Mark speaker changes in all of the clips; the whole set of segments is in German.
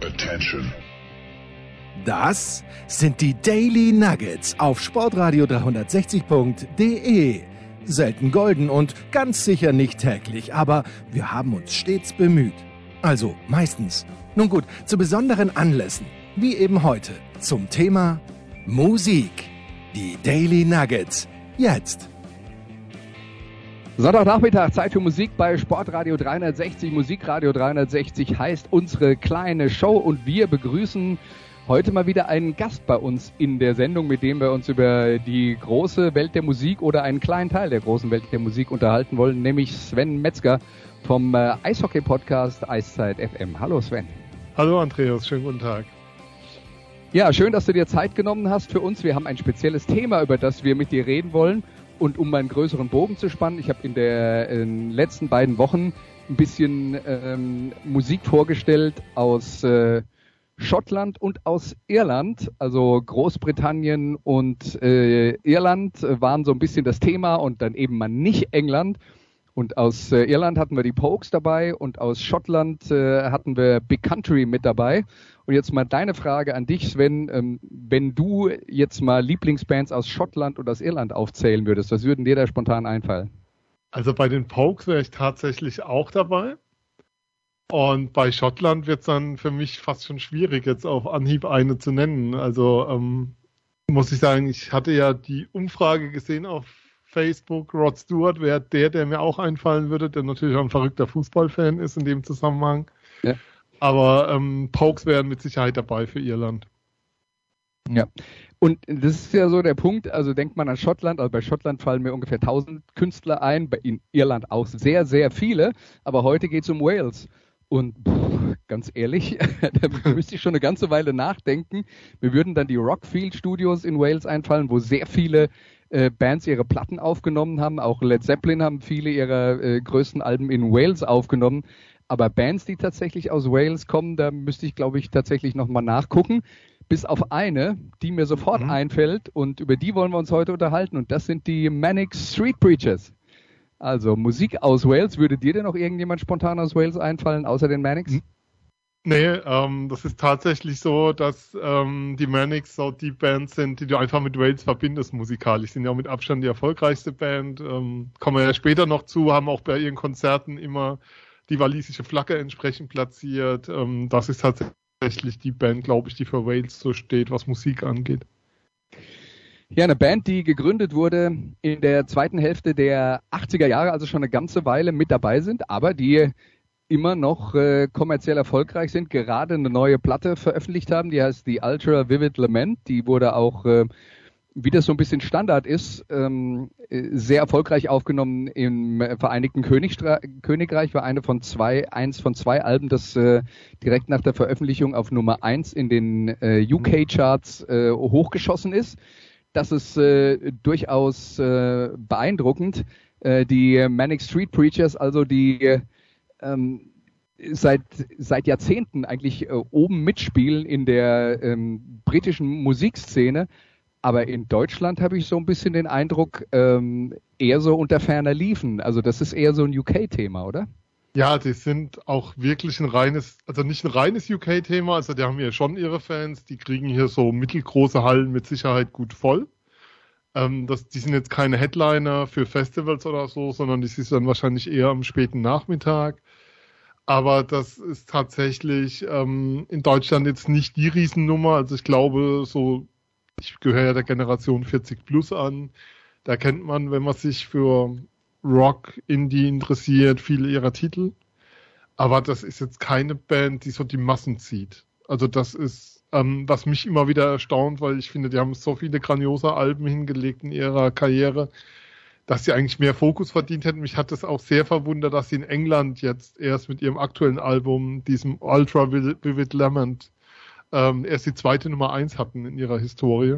Speaker 1: Attention.
Speaker 2: Das sind die Daily Nuggets auf Sportradio 360.de. Selten golden und ganz sicher nicht täglich, aber wir haben uns stets bemüht. Also meistens. Nun gut, zu besonderen Anlässen, wie eben heute, zum Thema Musik. Die Daily Nuggets, jetzt.
Speaker 3: Sonntagnachmittag, Zeit für Musik bei Sportradio 360. Musikradio 360 heißt unsere kleine Show und wir begrüßen heute mal wieder einen Gast bei uns in der Sendung, mit dem wir uns über die große Welt der Musik oder einen kleinen Teil der großen Welt der Musik unterhalten wollen, nämlich Sven Metzger vom Eishockey-Podcast Eiszeit FM. Hallo Sven.
Speaker 4: Hallo Andreas, schönen guten Tag.
Speaker 3: Ja, schön, dass du dir Zeit genommen hast für uns. Wir haben ein spezielles Thema, über das wir mit dir reden wollen. Und um einen größeren Bogen zu spannen, ich habe in den letzten beiden Wochen ein bisschen Musik vorgestellt aus Schottland und aus Irland. Also Großbritannien und Irland waren so ein bisschen das Thema und dann eben mal nicht England. Und aus Irland hatten wir die Pogues dabei und aus Schottland hatten wir Big Country mit dabei. Und jetzt mal deine Frage an dich, Sven, wenn du jetzt mal Lieblingsbands aus Schottland und aus Irland aufzählen würdest, was würden dir da spontan einfallen?
Speaker 4: Also bei den Pogues wäre ich tatsächlich auch dabei. Und bei Schottland wird es dann für mich fast schon schwierig, jetzt auf Anhieb eine zu nennen. Also muss ich sagen, ich hatte ja die Umfrage gesehen auf Facebook. Rod Stewart wäre der mir auch einfallen würde, der natürlich auch ein verrückter Fußballfan ist in dem Zusammenhang. Ja. Aber Pogues wären mit Sicherheit dabei für Irland.
Speaker 3: Ja, und das ist ja so der Punkt, also denkt man an Schottland, also bei Schottland fallen mir ungefähr 1000 Künstler ein, in Irland auch sehr, sehr viele, aber heute geht es um Wales. Und ganz ehrlich, da müsste ich schon eine ganze Weile nachdenken. Mir würden dann die Rockfield Studios in Wales einfallen, wo sehr viele Bands ihre Platten aufgenommen haben. Auch Led Zeppelin haben viele ihrer größten Alben in Wales aufgenommen. Aber Bands, die tatsächlich aus Wales kommen, da müsste ich, glaube ich, tatsächlich nochmal nachgucken. Bis auf eine, die mir sofort einfällt und über die wollen wir uns heute unterhalten. Und das sind die Manic Street Preachers. Also Musik aus Wales. Würde dir denn noch irgendjemand spontan aus Wales einfallen, außer den Manics?
Speaker 4: Nee, das ist tatsächlich so, dass die Manics so die Bands sind, die du einfach mit Wales verbindest musikalisch. Sind ja auch mit Abstand die erfolgreichste Band. Kommen wir ja später noch zu, haben auch bei ihren Konzerten immer die walisische Flagge entsprechend platziert. Das ist tatsächlich die Band, glaube ich, die für Wales so steht, was Musik angeht.
Speaker 3: Ja, eine Band, die gegründet wurde in der zweiten Hälfte der 80er Jahre, also schon eine ganze Weile mit dabei sind, aber die immer noch kommerziell erfolgreich sind, gerade eine neue Platte veröffentlicht haben, die heißt The Ultra Vivid Lament. Die wurde auch, wie das so ein bisschen Standard ist, sehr erfolgreich aufgenommen im Vereinigten Königreich, war eins von zwei Alben, das direkt nach der Veröffentlichung auf Nummer 1 in den UK-Charts hochgeschossen ist. Das ist durchaus beeindruckend. Die Manic Street Preachers, also die seit Jahrzehnten eigentlich oben mitspielen in der britischen Musikszene. Aber in Deutschland habe ich so ein bisschen den Eindruck, eher so unter ferner liefen. Also das ist eher so ein UK-Thema, oder?
Speaker 4: Ja, die sind auch wirklich nicht ein reines UK-Thema, also die haben ja schon ihre Fans, die kriegen hier so mittelgroße Hallen mit Sicherheit gut voll. Die sind jetzt keine Headliner für Festivals oder so, sondern die sind dann wahrscheinlich eher am späten Nachmittag. Aber das ist tatsächlich in Deutschland jetzt nicht die Riesennummer. Also ich glaube, ich gehöre ja der Generation 40 plus an. Da kennt man, wenn man sich für Rock, Indie interessiert, viele ihrer Titel. Aber das ist jetzt keine Band, die so die Massen zieht. Also das ist, was mich immer wieder erstaunt, weil ich finde, die haben so viele grandiose Alben hingelegt in ihrer Karriere, dass sie eigentlich mehr Fokus verdient hätten. Mich hat es auch sehr verwundert, dass sie in England jetzt erst mit ihrem aktuellen Album, diesem Ultra Vivid Lament, erst die zweite Nummer 1 hatten in ihrer Historie.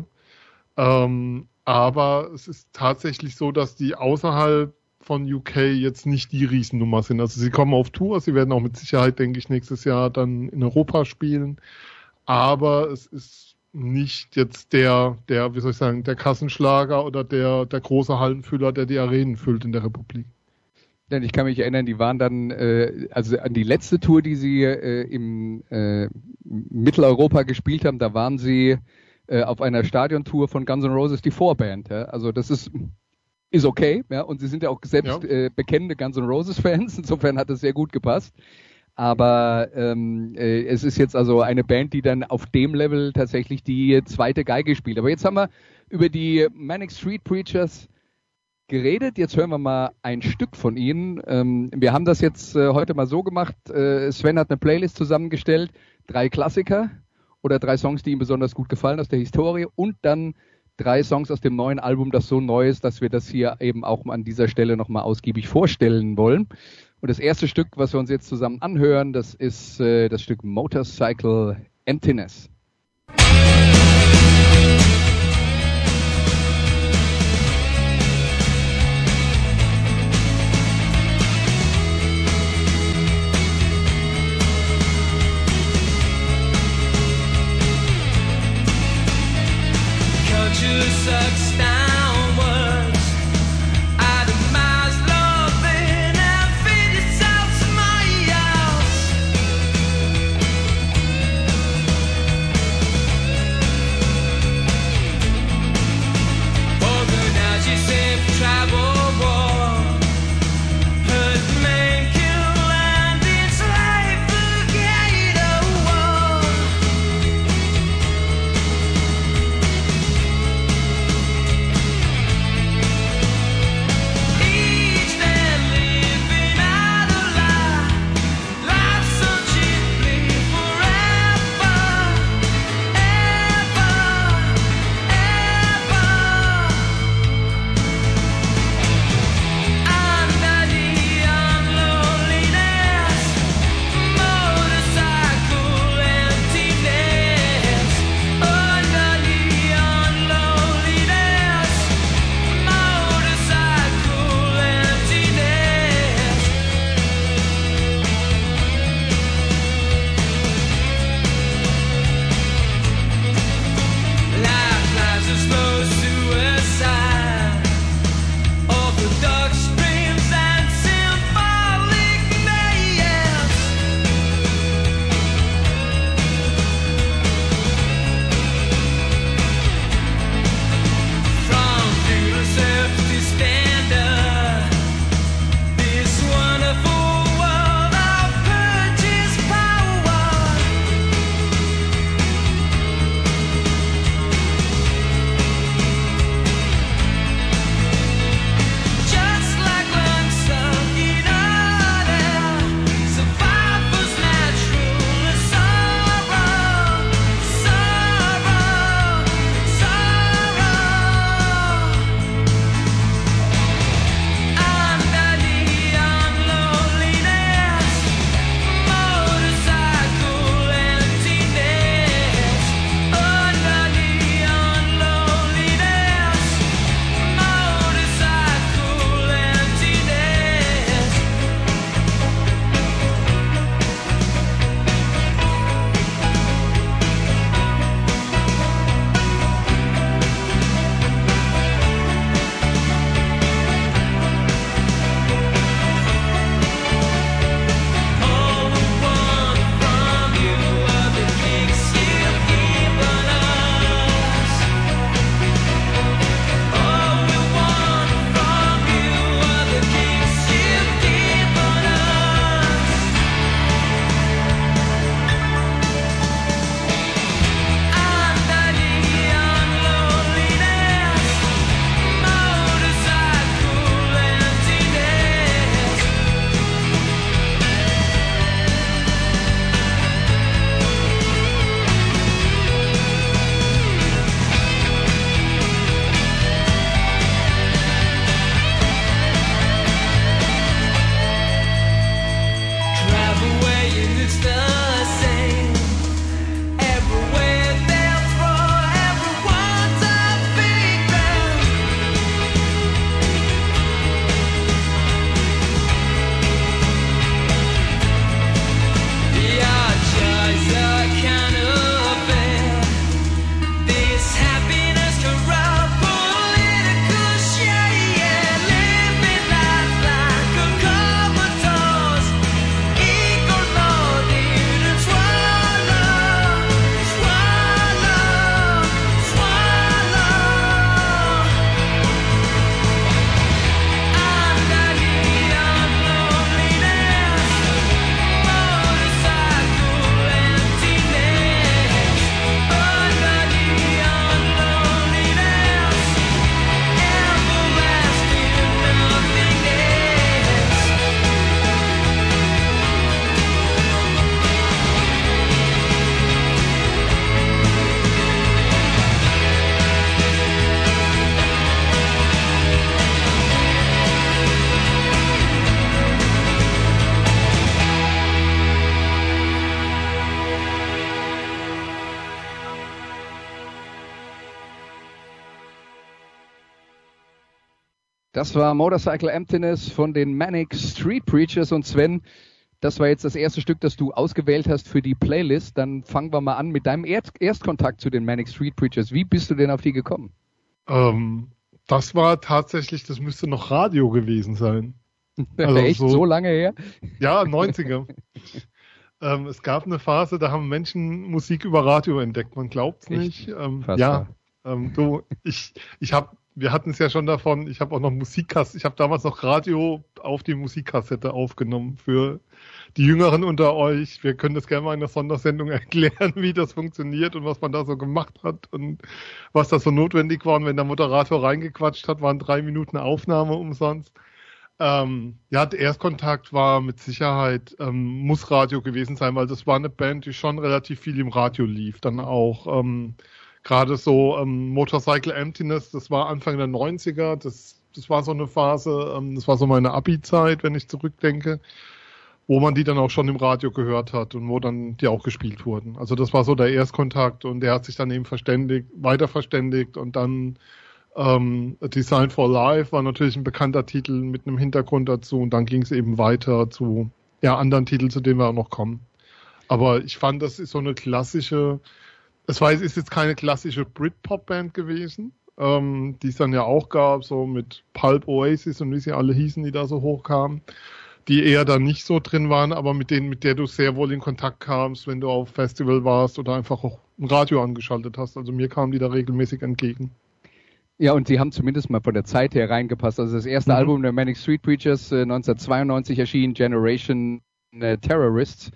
Speaker 4: Aber es ist tatsächlich so, dass die außerhalb von UK jetzt nicht die Riesennummer sind. Also sie kommen auf Tour, sie werden auch mit Sicherheit, denke ich, nächstes Jahr dann in Europa spielen. Aber es ist nicht jetzt der Kassenschlager oder der große Hallenfüller, der die Arenen füllt in der Republik.
Speaker 3: Denn ich kann mich erinnern, die waren dann, also an die letzte Tour, die sie im Mitteleuropa gespielt haben, da waren sie auf einer Stadiontour von Guns N' Roses die Vorband. Ja? Also das ist okay, ja, und sie sind ja auch selbst bekennende Guns N' Roses Fans, insofern hat es sehr gut gepasst. Aber es ist jetzt also eine Band, die dann auf dem Level tatsächlich die zweite Geige spielt. Aber jetzt haben wir über die Manic Street Preachers geredet. Jetzt hören wir mal ein Stück von ihnen. Wir haben das jetzt heute mal so gemacht. Sven hat eine Playlist zusammengestellt. 3 Klassiker oder 3 Songs, die ihm besonders gut gefallen aus der Historie und dann 3 Songs aus dem neuen Album, das so neu ist, dass wir das hier eben auch an dieser Stelle nochmal ausgiebig vorstellen wollen. Und das erste Stück, was wir uns jetzt zusammen anhören, das ist das Stück Motorcycle Emptiness.
Speaker 1: Sucks downwards out of Maslow and feed itself to my house. Organize your safe travel war. Hurt, man, kill, and enslave the gate of war.
Speaker 3: Das war Motorcycle Emptiness von den Manic Street Preachers. Und Sven, das war jetzt das erste Stück, das du ausgewählt hast für die Playlist. Dann fangen wir mal an mit deinem Erstkontakt zu den Manic Street Preachers. Wie bist du denn auf die gekommen?
Speaker 4: Das war tatsächlich, das müsste noch Radio gewesen sein.
Speaker 3: Also echt so lange her?
Speaker 4: Ja, 90er. Es gab eine Phase, da haben Menschen Musik über Radio entdeckt. Man glaubt's nicht. Wir hatten es ja schon davon, ich habe auch noch Musikkassette, ich habe damals noch Radio auf die Musikkassette aufgenommen für die Jüngeren unter euch. Wir können das gerne mal in der Sondersendung erklären, wie das funktioniert und was man da so gemacht hat und was da so notwendig war. Und wenn der Moderator reingequatscht hat, waren 3 Minuten Aufnahme umsonst. Der Erstkontakt war mit Sicherheit, muss Radio gewesen sein, weil das war eine Band, die schon relativ viel im Radio lief. Dann auch gerade so Motorcycle Emptiness, das war Anfang der 90er, das war so eine Phase, das war so meine Abi-Zeit, wenn ich zurückdenke, wo man die dann auch schon im Radio gehört hat und wo dann die auch gespielt wurden. Also das war so der Erstkontakt und der hat sich dann eben weiter verständigt und dann Design for Life war natürlich ein bekannter Titel mit einem Hintergrund dazu und dann ging es eben weiter zu anderen Titeln, zu denen wir auch noch kommen. Aber ich fand, das ist so eine klassische, es ist jetzt keine klassische Britpop-Band gewesen, die es dann ja auch gab, so mit Pulp, Oasis und wie sie alle hießen, die da so hochkamen, die eher da nicht so drin waren, aber mit der du sehr wohl in Kontakt kamst, wenn du auf Festival warst oder einfach auch ein Radio angeschaltet hast. Also mir kamen die da regelmäßig entgegen.
Speaker 3: Ja, und sie haben zumindest mal von der Zeit her reingepasst. Also das erste Album der Manic Street Preachers 1992 erschien, Generation Terrorists.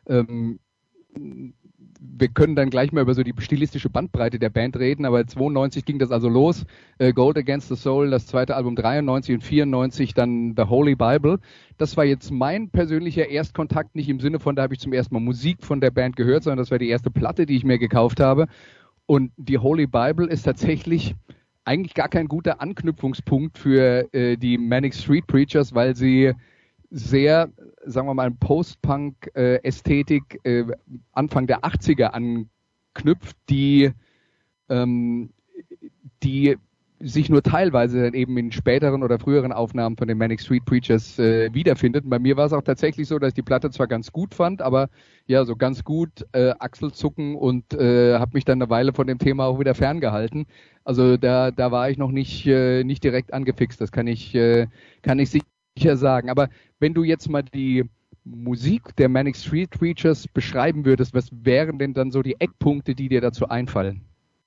Speaker 3: Wir können dann gleich mal über so die stilistische Bandbreite der Band reden, aber 92 ging das also los. Gold Against the Soul, das zweite Album 93 und 94 dann The Holy Bible. Das war jetzt mein persönlicher Erstkontakt, nicht im Sinne von, da habe ich zum ersten Mal Musik von der Band gehört, sondern das war die erste Platte, die ich mir gekauft habe. Und die Holy Bible ist tatsächlich eigentlich gar kein guter Anknüpfungspunkt für die Manic Street Preachers, weil sie sehr, sagen wir mal, Post-Punk-Ästhetik Anfang der 80er anknüpft, die sich nur teilweise dann eben in späteren oder früheren Aufnahmen von den Manic Street Preachers wiederfindet. Und bei mir war es auch tatsächlich so, dass ich die Platte zwar ganz gut fand, aber ja, so ganz gut Achselzucken und habe mich dann eine Weile von dem Thema auch wieder ferngehalten. Also da war ich noch nicht direkt angefixt, das kann ich sicher sagen. Aber wenn du jetzt mal die Musik der Manic Street Preachers beschreiben würdest, was wären denn dann so die Eckpunkte, die dir dazu einfallen?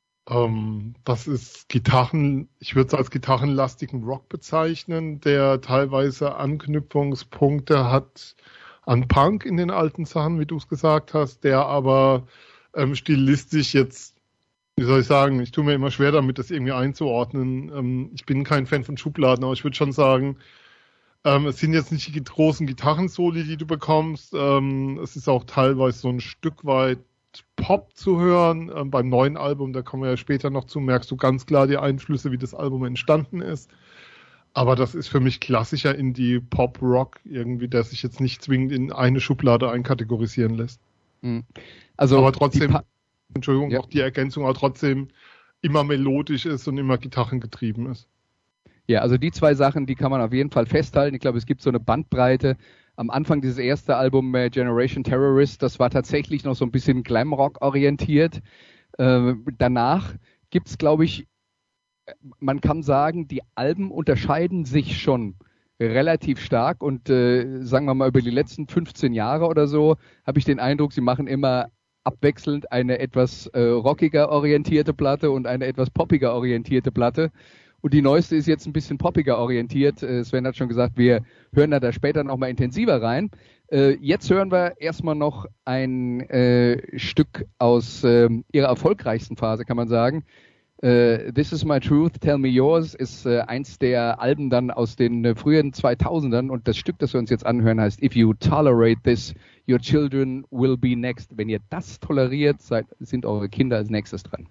Speaker 4: Das ist ich würde es als gitarrenlastigen Rock bezeichnen, der teilweise Anknüpfungspunkte hat an Punk in den alten Sachen, wie du es gesagt hast, der aber stilistisch jetzt, wie soll ich sagen, ich tue mir immer schwer damit, das irgendwie einzuordnen. Ich bin kein Fan von Schubladen, aber ich würde schon sagen, es sind jetzt nicht die großen Gitarrensoli, die du bekommst. Es ist auch teilweise so ein Stück weit Pop zu hören. Beim neuen Album, da kommen wir ja später noch zu, merkst du ganz klar die Einflüsse, wie das Album entstanden ist. Aber das ist für mich klassischer Indie-Pop-Rock irgendwie, der sich jetzt nicht zwingend in eine Schublade einkategorisieren lässt.
Speaker 3: Also
Speaker 4: aber trotzdem, auch die Ergänzung, aber trotzdem immer melodisch ist und immer gitarrengetrieben ist.
Speaker 3: Ja, also die zwei Sachen, die kann man auf jeden Fall festhalten. Ich glaube, es gibt so eine Bandbreite. Am Anfang dieses erste Album Generation Terrorist, das war tatsächlich noch so ein bisschen Glamrock orientiert. Danach gibt's, glaube ich, man kann sagen, die Alben unterscheiden sich schon relativ stark und sagen wir mal über die letzten 15 Jahre oder so habe ich den Eindruck, sie machen immer abwechselnd eine etwas rockiger orientierte Platte und eine etwas poppiger orientierte Platte. Und die neueste ist jetzt ein bisschen poppiger orientiert. Sven hat schon gesagt, wir hören da später nochmal intensiver rein. Jetzt hören wir erstmal noch ein Stück aus ihrer erfolgreichsten Phase, kann man sagen. This Is My Truth, Tell Me Yours ist eins der Alben dann aus den frühen 2000ern. Und das Stück, das wir uns jetzt anhören, heißt If You Tolerate This, Your Children Will Be Next. Wenn ihr das toleriert, sind eure Kinder als nächstes dran.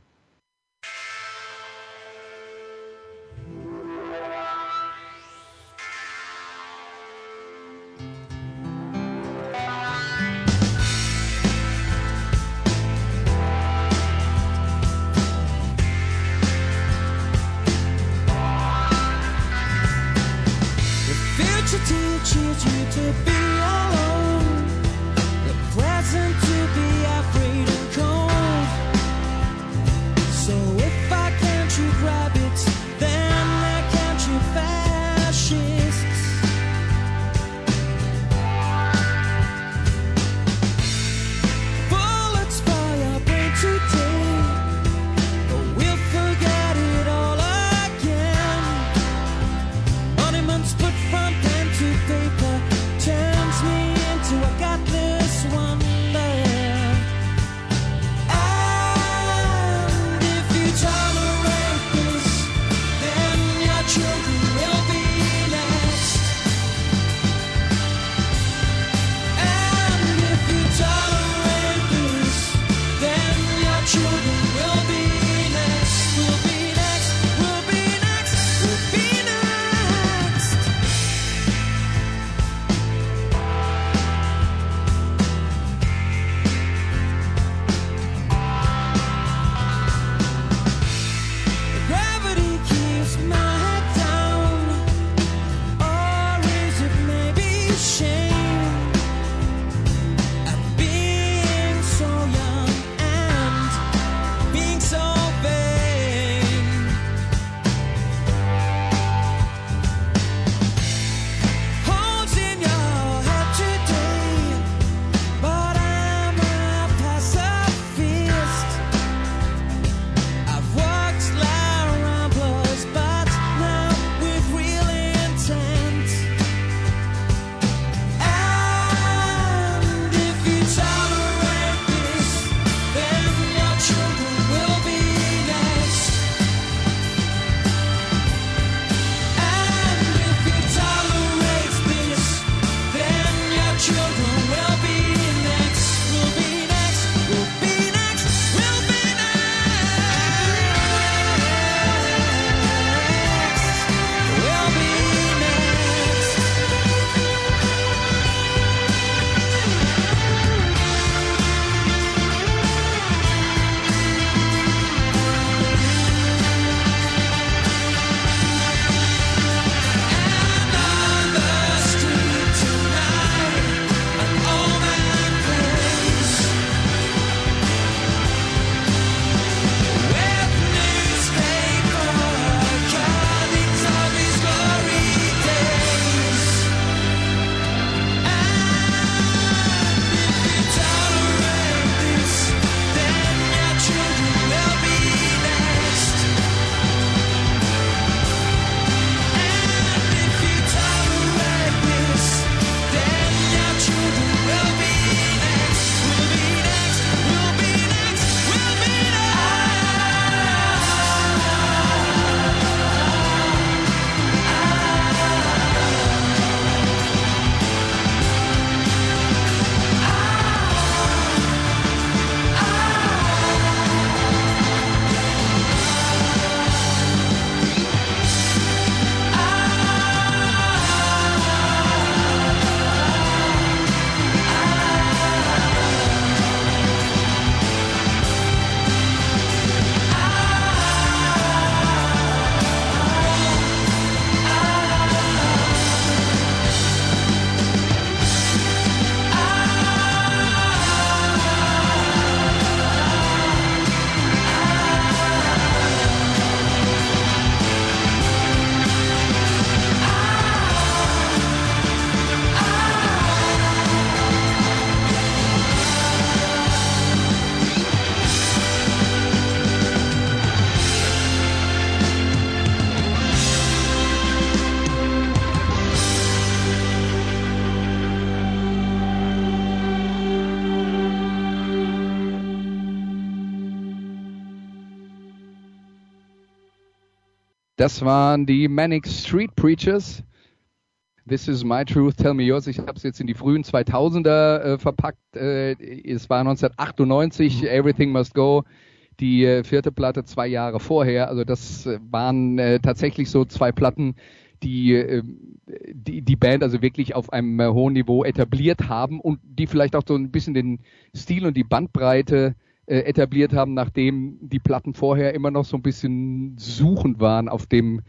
Speaker 3: Das waren die Manic Street Preachers. This is my truth, tell me yours. Ich habe es jetzt in die frühen 2000er verpackt. Es war 1998, Everything Must Go, die vierte Platte 2 Jahre vorher. Also das waren tatsächlich so 2 Platten, die Band also wirklich auf einem hohen Niveau etabliert haben und die vielleicht auch so ein bisschen den Stil und die Bandbreite etabliert haben, nachdem die Platten vorher immer noch so ein bisschen suchend waren auf dem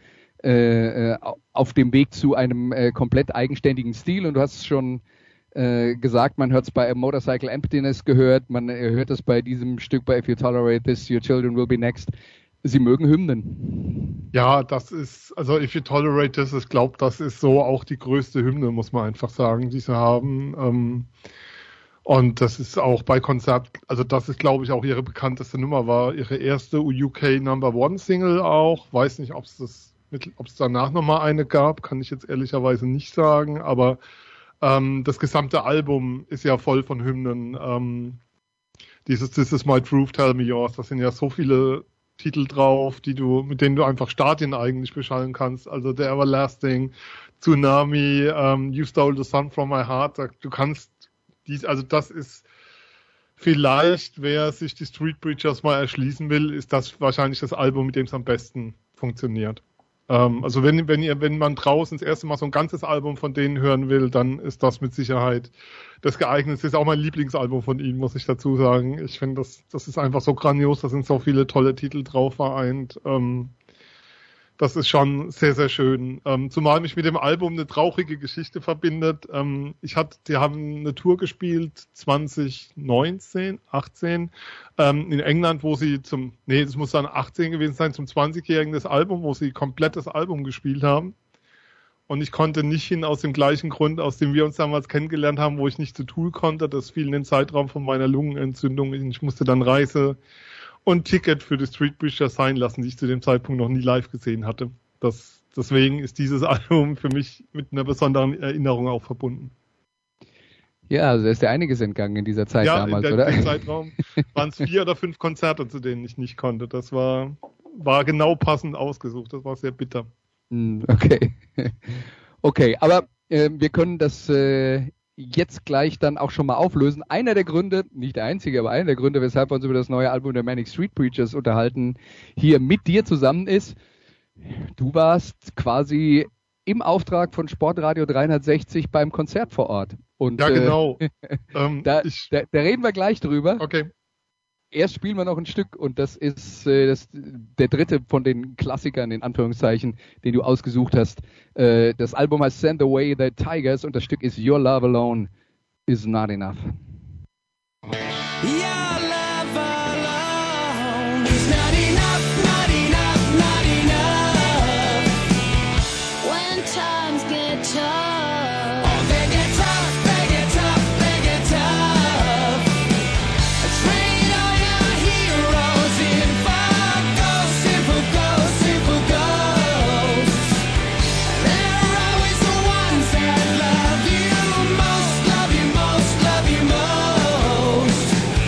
Speaker 3: Weg zu einem komplett eigenständigen Stil. Und du hast es schon gesagt, man hört es bei Motorcycle Emptiness gehört, man hört es bei diesem Stück bei If You Tolerate This, Your Children Will Be Next. Sie mögen Hymnen.
Speaker 4: Ja, das ist, also If You Tolerate This, ich glaube, das ist so auch die größte Hymne, muss man einfach sagen, die sie haben. Und das ist auch bei Konzert, also das ist, glaube ich, auch ihre bekannteste Nummer, war ihre erste UK Number One Single auch. Weiß nicht, ob es danach nochmal eine gab, kann ich jetzt ehrlicherweise nicht sagen, aber das gesamte Album ist ja voll von Hymnen. Dieses This is my truth, tell me yours, da sind ja so viele Titel drauf, mit denen du einfach Stadien eigentlich beschallen kannst. Also The Everlasting, Tsunami, You Stole the Sun from My Heart. Du kannst also das ist vielleicht, wer sich die Street Preachers mal erschließen will, ist das wahrscheinlich das Album, mit dem es am besten funktioniert. Also wenn man draußen das erste Mal so ein ganzes Album von denen hören will, dann ist das mit Sicherheit das geeignete. Das ist auch mein Lieblingsalbum von ihnen, muss ich dazu sagen. Ich finde, das ist einfach so grandios, da sind so viele tolle Titel drauf vereint. Das ist schon sehr, sehr schön. Zumal mich mit dem Album eine traurige Geschichte verbindet. Die haben eine Tour gespielt 2019, 18 in England, wo sie das muss dann 18 gewesen sein, zum 20-jährigen des Albums, wo sie komplett das Album gespielt haben. Und ich konnte nicht hin aus dem gleichen Grund, aus dem wir uns damals kennengelernt haben, wo ich nicht zu Tool konnte. Das fiel in den Zeitraum von meiner Lungenentzündung. Ich musste dann Reise und Ticket für die Street Preachers sein lassen, die ich zu dem Zeitpunkt noch nie live gesehen hatte. Deswegen ist dieses Album für mich mit einer besonderen Erinnerung auch verbunden.
Speaker 3: Ja, also da ist ja einiges entgangen in dieser Zeit damals, oder? Ja, in
Speaker 4: dem Zeitraum waren es 4 oder 5 Konzerte, zu denen ich nicht konnte. Das war genau passend ausgesucht. Das war sehr bitter.
Speaker 3: Okay. Okay, aber wir können das jetzt gleich dann auch schon mal auflösen. Einer der Gründe, nicht der einzige, aber einer der Gründe, weshalb wir uns über das neue Album der Manic Street Preachers unterhalten, hier mit dir zusammen ist, du warst quasi im Auftrag von Sportradio 360 beim Konzert vor Ort. Und,
Speaker 4: ja, genau.
Speaker 3: Da reden wir gleich drüber.
Speaker 4: Okay.
Speaker 3: Erst spielen wir noch ein Stück und das ist der dritte von den Klassikern, in Anführungszeichen, den du ausgesucht hast. Das Album heißt Send Away the Tigers und das Stück ist Your Love Alone is Not Enough.
Speaker 1: Your love alone is not enough, not enough, not enough. When times get tough, oh, they get tough, they get tough, they get tough. Train all your heroes in for ghosts, in for ghosts. They're always the ones that love you most, love you most, love you most.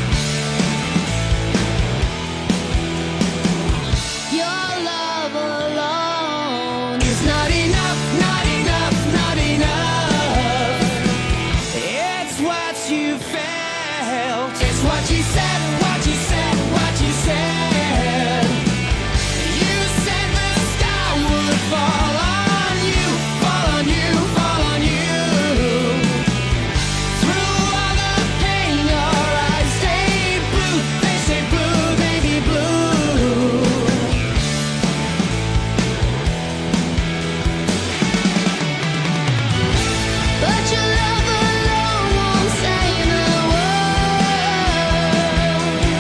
Speaker 1: Your love alone is not enough, not enough, not enough. It's what you felt, it's what you said, what you said, what you said. You said the sky would fall on you, fall on you, fall on you. Through all the pain, your eyes stay blue, they say blue, baby blue. But your love alone won't save the world.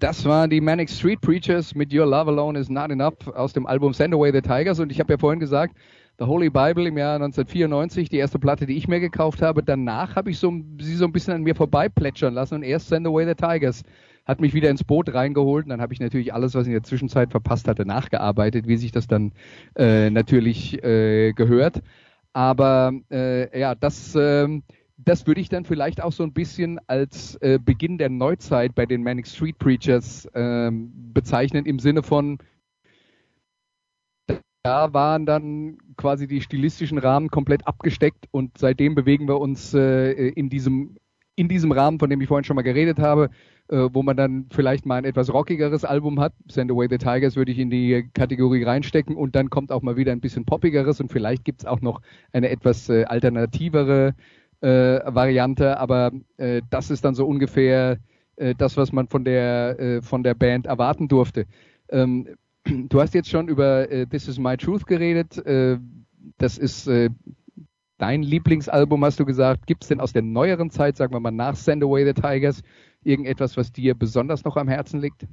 Speaker 3: Das waren die Manic Street Preachers mit Your Love Alone Is Not Enough aus dem Album Send Away the Tigers. Und ich habe ja vorhin gesagt, The Holy Bible im Jahr 1994, die erste Platte, die ich mir gekauft habe. Danach habe ich sie so ein bisschen an mir vorbei plätschern lassen und erst Send Away the Tigers hat mich wieder ins Boot reingeholt. Und dann habe ich natürlich alles, was ich in der Zwischenzeit verpasst hatte, nachgearbeitet, wie sich das dann natürlich gehört. Aber das würde ich dann vielleicht auch so ein bisschen als Beginn der Neuzeit bei den Manic Street Preachers bezeichnen, im Sinne von, da waren dann quasi die stilistischen Rahmen komplett abgesteckt und seitdem bewegen wir uns in diesem Rahmen, von dem ich vorhin schon mal geredet habe, wo man dann vielleicht mal ein etwas rockigeres Album hat. Send Away the Tigers würde ich in die Kategorie reinstecken und dann kommt auch mal wieder ein bisschen poppigeres und vielleicht gibt es auch noch eine etwas alternativere Variante, aber das ist dann so ungefähr das, was man von der Band erwarten durfte. Du hast jetzt schon über This Is My Truth geredet. Das ist dein Lieblingsalbum, hast du gesagt. Gibt es denn aus der neueren Zeit, sagen wir mal nach Send Away the Tigers, irgendetwas, was dir besonders noch am Herzen liegt?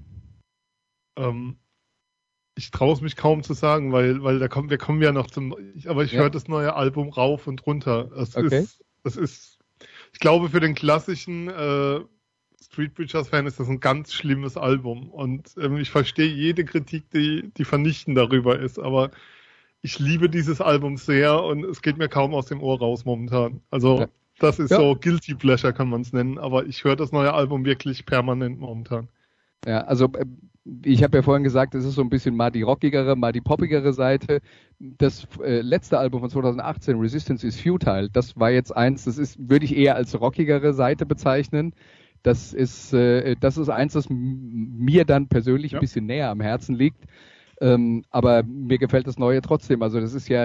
Speaker 4: Ich traue es mich kaum zu sagen, weil wir kommen ja noch aber ich höre das neue Album rauf und runter. Ich glaube, für den klassischen Street Preachers-Fan ist das ein ganz schlimmes Album und ich verstehe jede Kritik, die vernichtend darüber ist, aber ich liebe dieses Album sehr und es geht mir kaum aus dem Ohr raus momentan. Also das ist so Guilty Pleasure, kann man es nennen, aber ich höre das neue Album wirklich permanent momentan.
Speaker 3: Ja, also ich habe ja vorhin gesagt, es ist so ein bisschen mal die rockigere, mal die poppigere Seite. Das letzte Album von 2018, Resistance is Futile, das war jetzt würde ich eher als rockigere Seite bezeichnen. Das ist eins, das mir dann persönlich ein bisschen näher am Herzen liegt. Aber mir gefällt das Neue trotzdem. Also das ist ja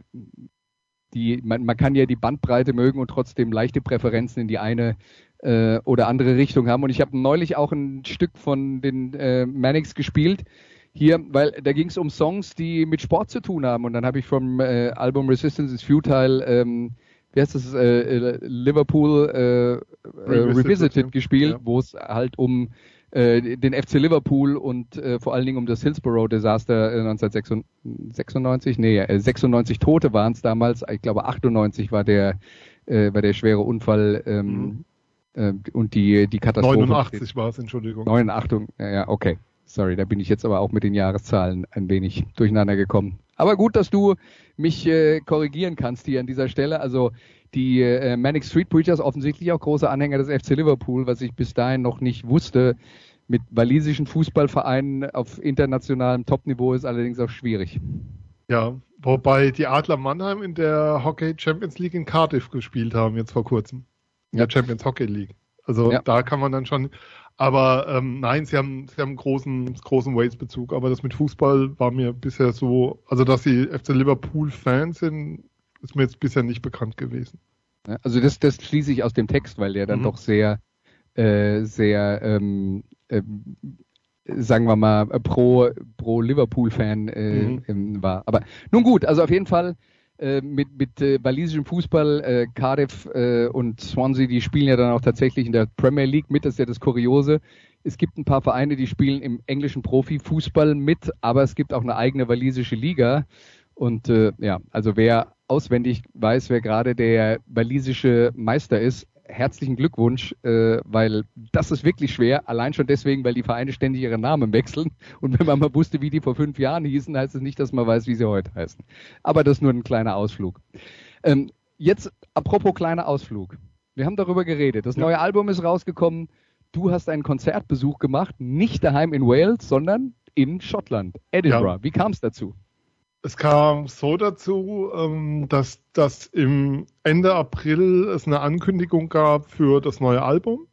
Speaker 3: man kann ja die Bandbreite mögen und trotzdem leichte Präferenzen in die eine oder andere Richtung haben. Und ich habe neulich auch ein Stück von den Manics gespielt hier, weil da ging es um Songs, die mit Sport zu tun haben. Und dann habe ich vom Album Resistance is Futile wie heißt das, Liverpool Revisited gespielt, wo es halt um den FC Liverpool und vor allen Dingen um das Hillsborough-Desaster 1996, 96 Tote waren es damals, ich glaube 98 war der schwere Unfall und die Katastrophe.
Speaker 4: 89 war es, Entschuldigung.
Speaker 3: 89, ja, okay. Sorry, da bin ich jetzt aber auch mit den Jahreszahlen ein wenig durcheinander gekommen. Aber gut, dass du mich korrigieren kannst hier an dieser Stelle. Also die Manic Street Preachers, offensichtlich auch große Anhänger des FC Liverpool, was ich bis dahin noch nicht wusste. Mit walisischen Fußballvereinen auf internationalem Topniveau ist allerdings auch schwierig.
Speaker 4: Ja, wobei die Adler Mannheim in der Hockey Champions League in Cardiff gespielt haben, jetzt vor kurzem. In der Champions Hockey League. Also da kann man dann schon... Aber nein, sie haben großen Wales-Bezug, aber das mit Fußball war mir bisher so, also dass sie FC Liverpool-Fans sind, ist mir jetzt bisher nicht bekannt gewesen.
Speaker 3: Ja, also das schließe ich aus dem Text, weil der dann doch sehr, sagen wir mal, pro Liverpool-Fan war. Aber nun gut, also auf jeden Fall mit walisischem Fußball, Cardiff und Swansea, die spielen ja dann auch tatsächlich in der Premier League mit, das ist ja das Kuriose. Es gibt ein paar Vereine, die spielen im englischen Profifußball mit, aber es gibt auch eine eigene walisische Liga. Und also wer auswendig weiß, wer gerade der walisische Meister ist, herzlichen Glückwunsch, weil das ist wirklich schwer, allein schon deswegen, weil die Vereine ständig ihre Namen wechseln und wenn man mal wusste, wie die vor 5 Jahren hießen, heißt es nicht, dass man weiß, wie sie heute heißen. Aber das ist nur ein kleiner Ausflug. Jetzt, apropos kleiner Ausflug. Wir haben darüber geredet. Das neue Album ist rausgekommen. Du hast einen Konzertbesuch gemacht, nicht daheim in Wales, sondern in Schottland, Edinburgh. Ja. Wie kam es dazu?
Speaker 4: Es kam so dazu, dass im Ende April es eine Ankündigung gab für das neue Album,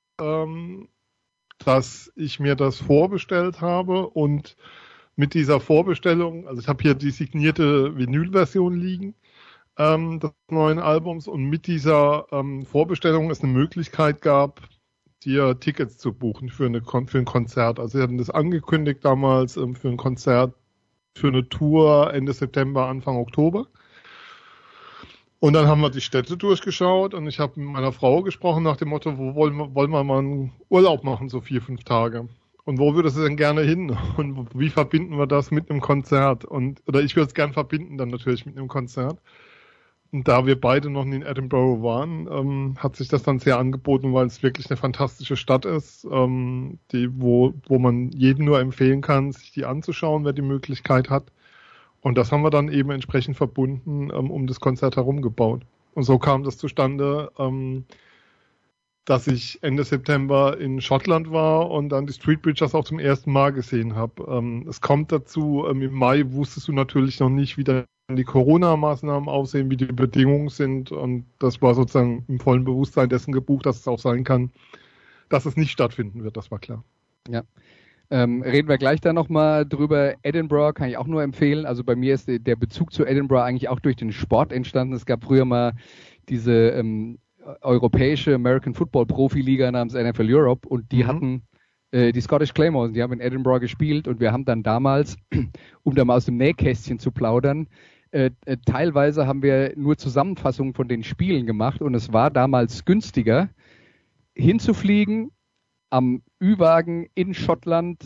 Speaker 4: dass ich mir das vorbestellt habe und mit dieser Vorbestellung, also ich habe hier die signierte Vinylversion liegen des neuen Albums und mit dieser Vorbestellung es eine Möglichkeit gab, dir Tickets zu buchen für ein Konzert. Also sie hatten das angekündigt damals für ein Konzert, für eine Tour Ende September, Anfang Oktober. Und dann haben wir die Städte durchgeschaut und ich habe mit meiner Frau gesprochen nach dem Motto, wo wollen wir mal einen Urlaub machen, so 4-5 Tage. Und wo würdest du denn gerne hin? Und wie verbinden wir das mit einem Konzert? Oder ich würde es gern verbinden dann natürlich mit einem Konzert. Und da wir beide noch nie in Edinburgh waren, hat sich das dann sehr angeboten, weil es wirklich eine fantastische Stadt ist, wo man jedem nur empfehlen kann, sich die anzuschauen, wer die Möglichkeit hat. Und das haben wir dann eben entsprechend verbunden, um das Konzert herum gebaut. Und so kam das zustande, dass ich Ende September in Schottland war und dann die Street Preachers auch zum ersten Mal gesehen habe. Es kommt dazu, im Mai wusstest du natürlich noch nicht, wie dann die Corona-Maßnahmen aussehen, wie die Bedingungen sind, und das war sozusagen im vollen Bewusstsein dessen gebucht, dass es auch sein kann, dass es nicht stattfinden wird, das war klar.
Speaker 3: Ja. Reden wir gleich da nochmal drüber. Edinburgh kann ich auch nur empfehlen. Also bei mir ist der Bezug zu Edinburgh eigentlich auch durch den Sport entstanden. Es gab früher mal diese europäische American Football Profiliga namens NFL Europe, und die hatten die Scottish Claymores, die haben in Edinburgh gespielt, und wir haben dann damals, um da mal aus dem Nähkästchen zu plaudern, teilweise haben wir nur Zusammenfassungen von den Spielen gemacht, und es war damals günstiger, hinzufliegen, am Ü-Wagen in Schottland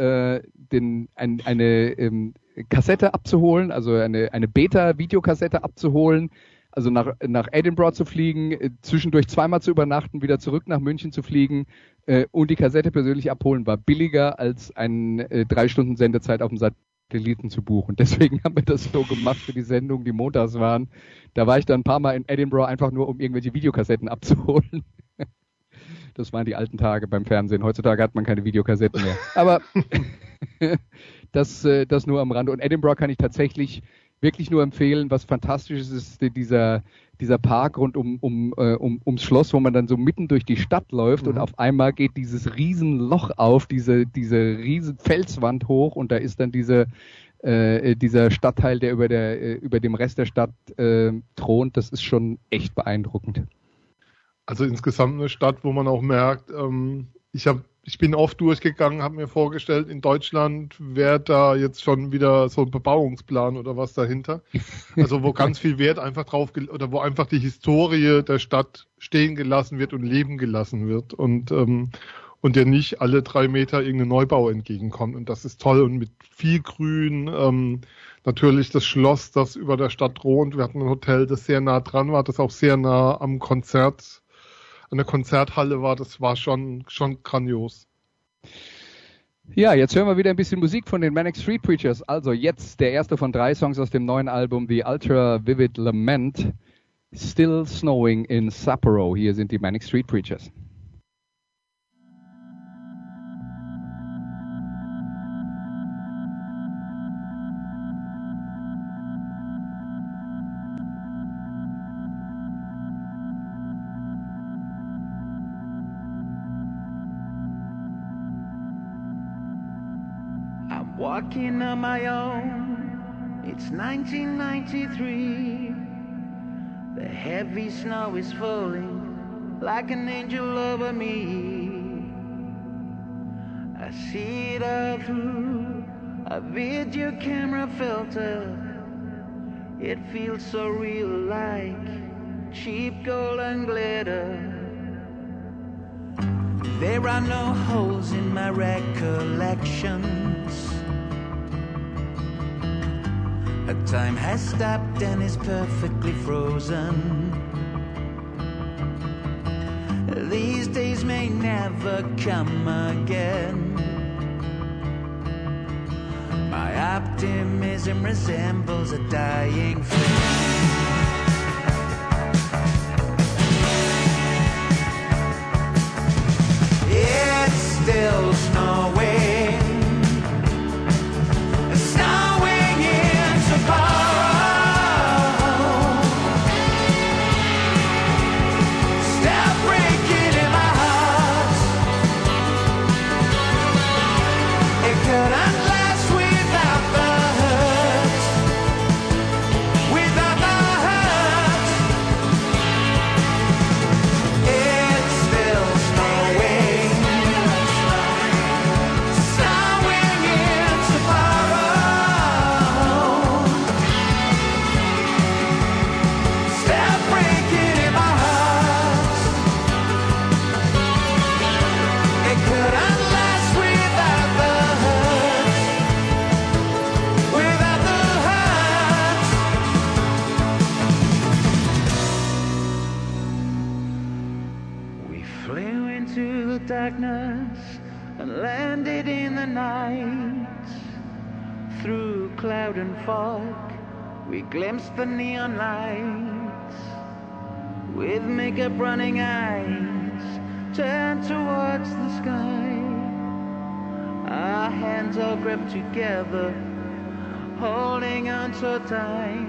Speaker 3: eine Kassette abzuholen, also eine Beta-Videokassette abzuholen, also nach Edinburgh zu fliegen, zwischendurch zweimal zu übernachten, wieder zurück nach München zu fliegen und die Kassette persönlich abholen, war billiger als eine 3 Stunden Sendezeit auf dem Satelliten zu buchen. Deswegen haben wir das so gemacht für die Sendungen, die montags waren. Da war ich dann ein paar Mal in Edinburgh, einfach nur, um irgendwelche Videokassetten abzuholen. Das waren die alten Tage beim Fernsehen. Heutzutage hat man keine Videokassetten mehr. Aber das nur am Rande. Und Edinburgh kann ich tatsächlich wirklich nur empfehlen. Was fantastisch ist dieser Park rund ums Schloss, wo man dann so mitten durch die Stadt läuft und auf einmal geht dieses Riesenloch auf, diese riesen Felswand hoch, und da ist dann dieser Stadtteil, der über dem Rest der Stadt thront. Das ist schon echt beeindruckend.
Speaker 4: Also insgesamt eine Stadt, wo man auch merkt, ich bin oft durchgegangen, habe mir vorgestellt, in Deutschland wäre da jetzt schon wieder so ein Bebauungsplan oder was dahinter. Also wo ganz viel Wert einfach drauf, oder wo einfach die Historie der Stadt stehen gelassen wird und leben gelassen wird und dir nicht alle 3 Meter irgendein Neubau entgegenkommt. Und das ist toll, und mit viel Grün, natürlich das Schloss, das über der Stadt thront. Wir hatten ein Hotel, das sehr nah dran war, das auch sehr nah am Konzert, an der Konzerthalle war. Das war schon grandios.
Speaker 3: Ja, jetzt hören wir wieder ein bisschen Musik von den Manic Street Preachers. Also jetzt der erste von 3 Songs aus dem neuen Album The Ultra Vivid Lament, Still Snowing in Sapporo. Hier sind die Manic Street Preachers.
Speaker 1: Walking on my own, it's 1993. The heavy snow is falling like an angel over me. I see it all through a video camera filter. It feels so real, like cheap gold and glitter. There are no holes in my recollections. Time has stopped and is perfectly frozen. These days may never come again. My optimism resembles a dying flame. It's still snowing. Without darkness and landed in the night. Through cloud and fog, we glimpsed the neon lights. With makeup running eyes, turned towards the sky. Our hands all gripped together, holding on so tight.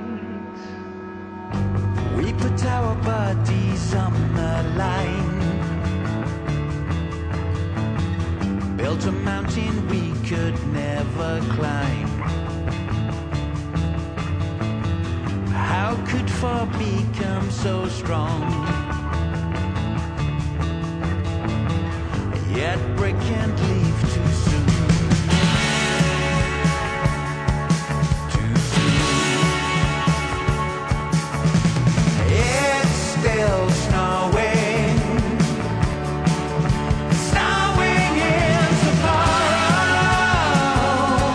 Speaker 1: We put our bodies on the line, built a mountain we could never climb. How could four become so strong? Yet break and leave too soon. Too soon. It's still snowing. Snowing in Sapporo.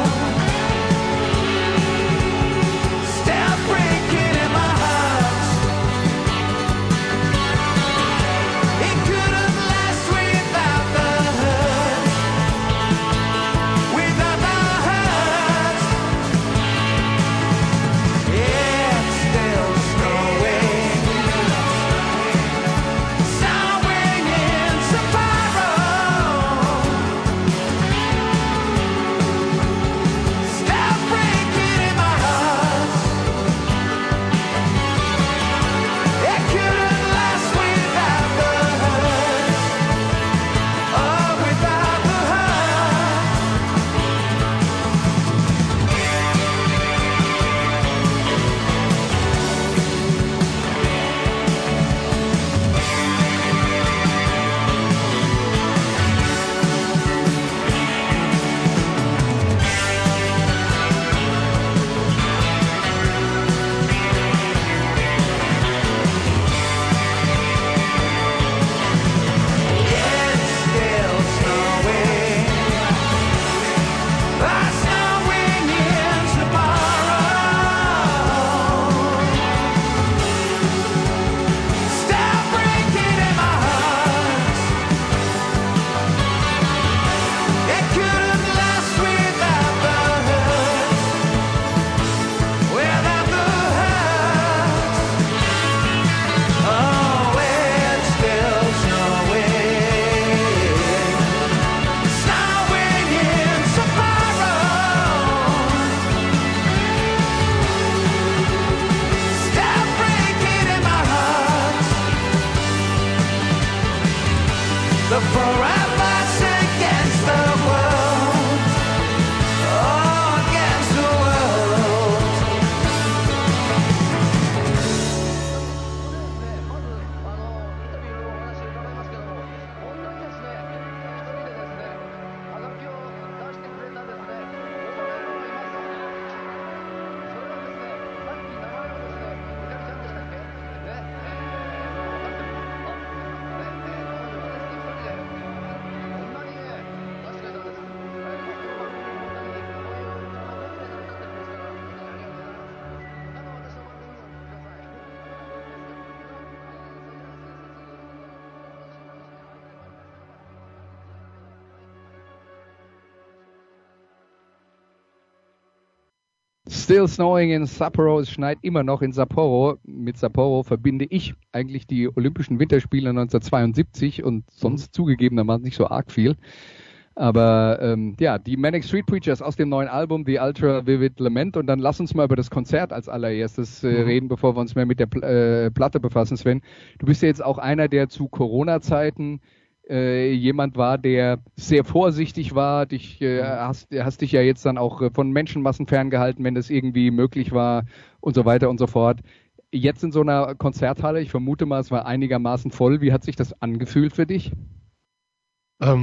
Speaker 1: Still breaking in my heart. It could have lasted without the hurt. Without the hurt. It's still snowing. Snowing in Sapporo. Still breaking in my heart. It couldn't last without the hurt. Oh, without the hurt. It's still snowing. Snowing in Sapporo. Still breaking in my heart. It couldn't last without the hurt. Without the hurt. Oh, it's still snowing. Snowing in Sapporo. Still breaking in my heart. The forever's against the world. Oh, against the world.
Speaker 3: 'Still Snowing in Sapporo', es schneit immer noch in Sapporo. Mit Sapporo verbinde ich eigentlich die Olympischen Winterspiele 1972 und sonst zugegebenermaßen nicht so arg viel. Aber ja, die Manic Street Preachers aus dem neuen Album The Ultra Vivid Lament. Und dann lass uns mal über das Konzert als allererstes reden, bevor wir uns mehr mit der Platte befassen, Sven. Du bist ja jetzt auch einer, der zu Corona-Zeiten jemand war, der sehr vorsichtig war. Hast dich ja jetzt dann auch von Menschenmassen ferngehalten, wenn das irgendwie möglich war und so weiter und so fort. Jetzt in so einer Konzerthalle, ich vermute mal, es war einigermaßen voll. Wie hat sich das angefühlt für dich?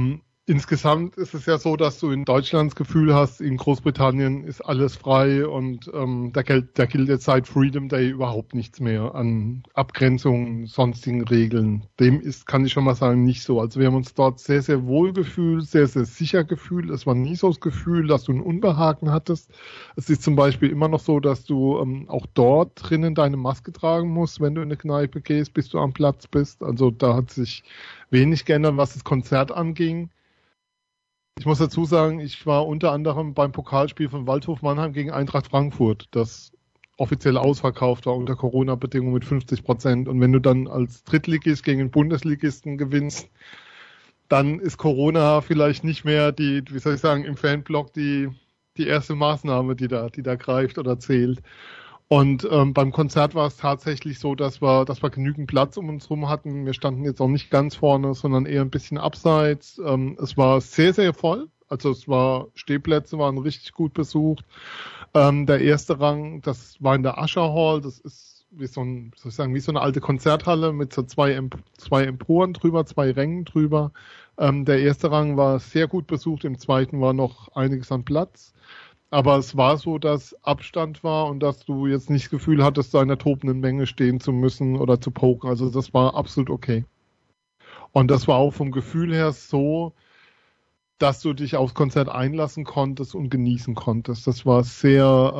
Speaker 4: insgesamt ist es ja so, dass du in Deutschland das Gefühl hast, in Großbritannien ist alles frei und da gilt jetzt seit Freedom Day überhaupt nichts mehr an Abgrenzungen, sonstigen Regeln. Dem kann ich schon mal sagen, nicht so. Also wir haben uns dort sehr, sehr wohl gefühlt, sehr, sehr sicher gefühlt. Es war nie so das Gefühl, dass du ein Unbehagen hattest. Es ist zum Beispiel immer noch so, dass du auch dort drinnen deine Maske tragen musst, wenn du in eine Kneipe gehst, bis du am Platz bist. Also da hat sich wenig geändert, was das Konzert anging. Ich muss dazu sagen, ich war unter anderem beim Pokalspiel von Waldhof Mannheim gegen Eintracht Frankfurt, das offiziell ausverkauft war unter Corona-Bedingungen mit 50%. Und wenn du dann als Drittligist gegen den Bundesligisten gewinnst, dann ist Corona vielleicht nicht mehr im Fanblock die erste Maßnahme, die da greift oder zählt. Und beim Konzert war es tatsächlich so, dass wir genügend Platz um uns herum hatten. Wir standen jetzt auch nicht ganz vorne, sondern eher ein bisschen abseits. Es war sehr, sehr voll. Also Stehplätze waren richtig gut besucht. Der erste Rang, das war in der Usher Hall. Das ist wie so eine alte Konzerthalle mit so zwei Emporen drüber, 2 Rängen drüber. Der erste Rang war sehr gut besucht. Im zweiten war noch einiges an Platz. Aber es war so, dass Abstand war und dass du jetzt nicht das Gefühl hattest, da in einer tobenden Menge stehen zu müssen oder zu poken. Also das war absolut okay. Und das war auch vom Gefühl her so, dass du dich aufs Konzert einlassen konntest und genießen konntest. Das war sehr,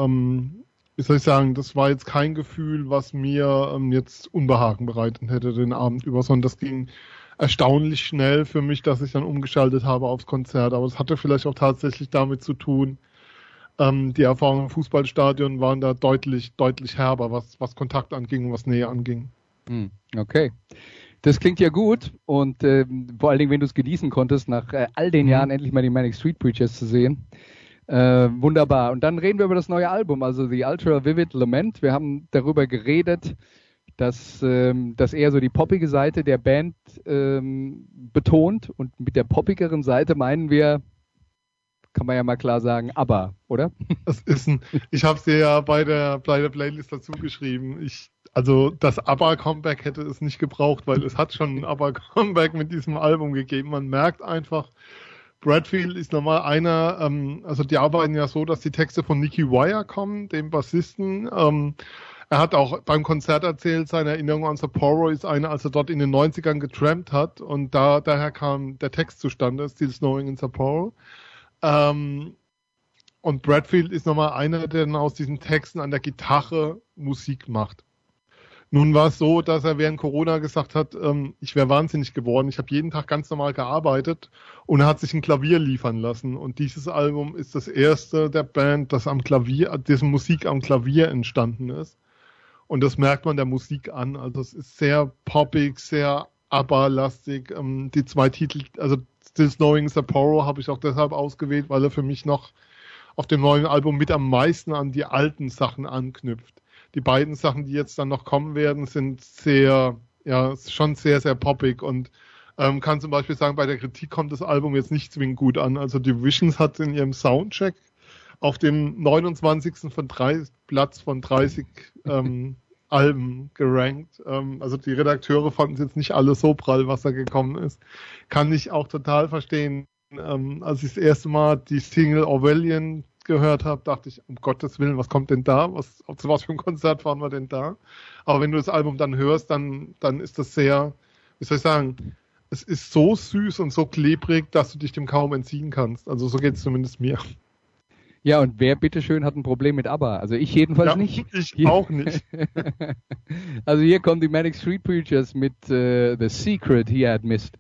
Speaker 4: das war jetzt kein Gefühl, was mir jetzt Unbehagen bereitet hätte den Abend über, sondern das ging erstaunlich schnell für mich, dass ich dann umgeschaltet habe aufs Konzert. Aber es hatte vielleicht auch tatsächlich damit zu tun, die Erfahrungen im Fußballstadion waren da deutlich, deutlich herber, was Kontakt anging und was Nähe anging.
Speaker 3: Okay. Das klingt ja gut und vor allen Dingen, wenn du es genießen konntest, nach all den Jahren endlich mal die Manic Street Preachers zu sehen. Wunderbar. Und dann reden wir über das neue Album, also The Ultra Vivid Lament. Wir haben darüber geredet, dass eher so die poppige Seite der Band betont und mit der poppigeren Seite meinen wir, kann man ja mal klar sagen, ABBA, oder?
Speaker 4: Ich habe es dir ja bei der Playlist dazu geschrieben. Also das ABBA-Comeback hätte es nicht gebraucht, weil es hat schon ein ABBA-Comeback mit diesem Album gegeben. Man merkt einfach, Bradfield ist normal einer, also die arbeiten ja so, dass die Texte von Nicky Wire kommen, dem Bassisten. Er hat auch beim Konzert erzählt, seine Erinnerung an Sapporo ist eine, als er dort in den 90ern getrampt hat und daher kam der Text zustande, Still Snowing in Sapporo. Und Bradfield ist nochmal einer, der dann aus diesen Texten an der Gitarre Musik macht. Nun war es so, dass er während Corona gesagt hat, ich wäre wahnsinnig geworden, ich habe jeden Tag ganz normal gearbeitet und er hat sich ein Klavier liefern lassen. Und dieses Album ist das erste der Band, das dessen Musik am Klavier entstanden ist. Und das merkt man der Musik an. Also es ist sehr poppig, sehr ABBA-lastig. Die 2 Titel, also Still Snowing Sapporo habe ich auch deshalb ausgewählt, weil er für mich noch auf dem neuen Album mit am meisten an die alten Sachen anknüpft. Die beiden Sachen, die jetzt dann noch kommen werden, sind schon sehr, sehr poppig und kann zum Beispiel sagen, bei der Kritik kommt das Album jetzt nicht zwingend gut an. Also die Visions hat in ihrem Soundcheck auf dem 29. Platz von 30 Alben gerankt. Also die Redakteure fanden es jetzt nicht alle so prall, was da gekommen ist. Kann ich auch total verstehen. Als ich das erste Mal die Single Orwellian gehört habe, dachte ich, um Gottes Willen, was kommt denn da? Zu was für ein Konzert fahren wir denn da? Aber wenn du das Album dann hörst, dann ist das sehr, wie soll ich sagen, es ist so süß und so klebrig, dass du dich dem kaum entziehen kannst. Also so geht es zumindest mir.
Speaker 3: Ja, und wer bitteschön hat ein Problem mit ABBA? Also ich jedenfalls nicht.
Speaker 4: Ich auch nicht.
Speaker 3: Also hier kommen die Manic Street Preachers mit The Secret He Had Missed.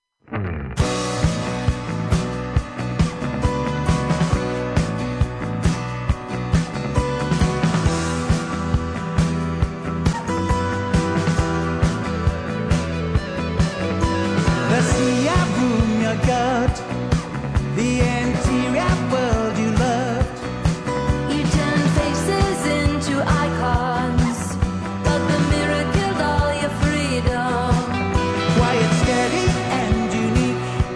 Speaker 1: The sea of room you got, the interior world you loved.
Speaker 5: You turned faces into icons, but the mirror killed all your freedom.
Speaker 1: Quiet, steady, and unique.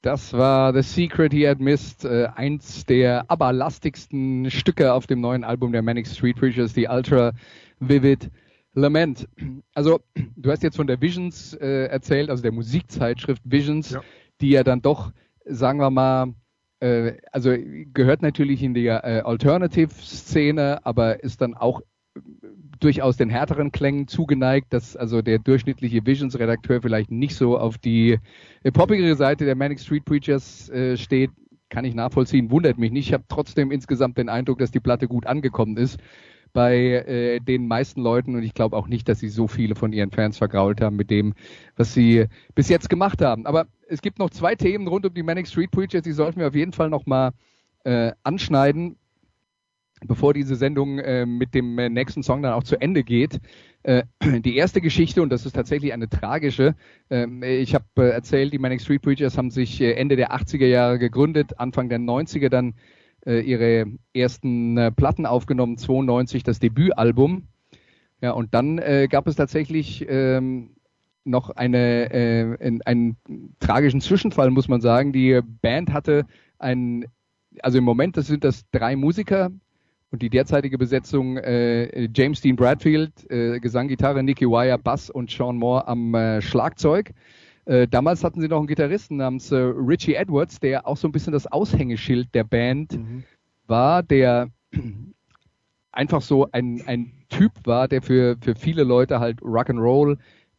Speaker 3: Das war The Secret He Had Missed, eins der aberlastigsten Stücke auf dem neuen Album der Manic Street Preachers, die Ultra Vivid Lament. Also, du hast jetzt von der Visions erzählt, also der Musikzeitschrift Visions,
Speaker 4: Ja.
Speaker 3: die ja dann doch, sagen wir mal, also gehört natürlich in die Alternative-Szene, aber ist dann auch durchaus den härteren Klängen zugeneigt, dass also der durchschnittliche Visions-Redakteur vielleicht nicht so auf die poppigere Seite der Manic Street Preachers steht, kann ich nachvollziehen, wundert mich nicht. Ich habe trotzdem insgesamt den Eindruck, dass die Platte gut angekommen ist bei den meisten Leuten und ich glaube auch nicht, dass sie so viele von ihren Fans vergrault haben mit dem, was sie bis jetzt gemacht haben. Aber es gibt noch 2 Themen rund um die Manic Street Preachers, die sollten wir auf jeden Fall nochmal anschneiden, bevor diese Sendung mit dem nächsten Song dann auch zu Ende geht. Die erste Geschichte, und das ist tatsächlich eine tragische, ich habe erzählt, die Manic Street Preachers haben sich Ende der 80er Jahre gegründet, Anfang der 90er dann ihre ersten Platten aufgenommen, 92 das Debütalbum. Ja, und dann gab es tatsächlich noch einen tragischen Zwischenfall, muss man sagen. Die Band hatte also im Moment sind das 3 Musiker und die derzeitige Besetzung James Dean Bradfield, Gesang, Gitarre, Nicky Wire, Bass und Sean Moore am Schlagzeug. Damals hatten sie noch einen Gitarristen namens Richie Edwards, der auch so ein bisschen das Aushängeschild der Band war, der einfach so ein Typ war, der für viele Leute halt Rock'n'Roll,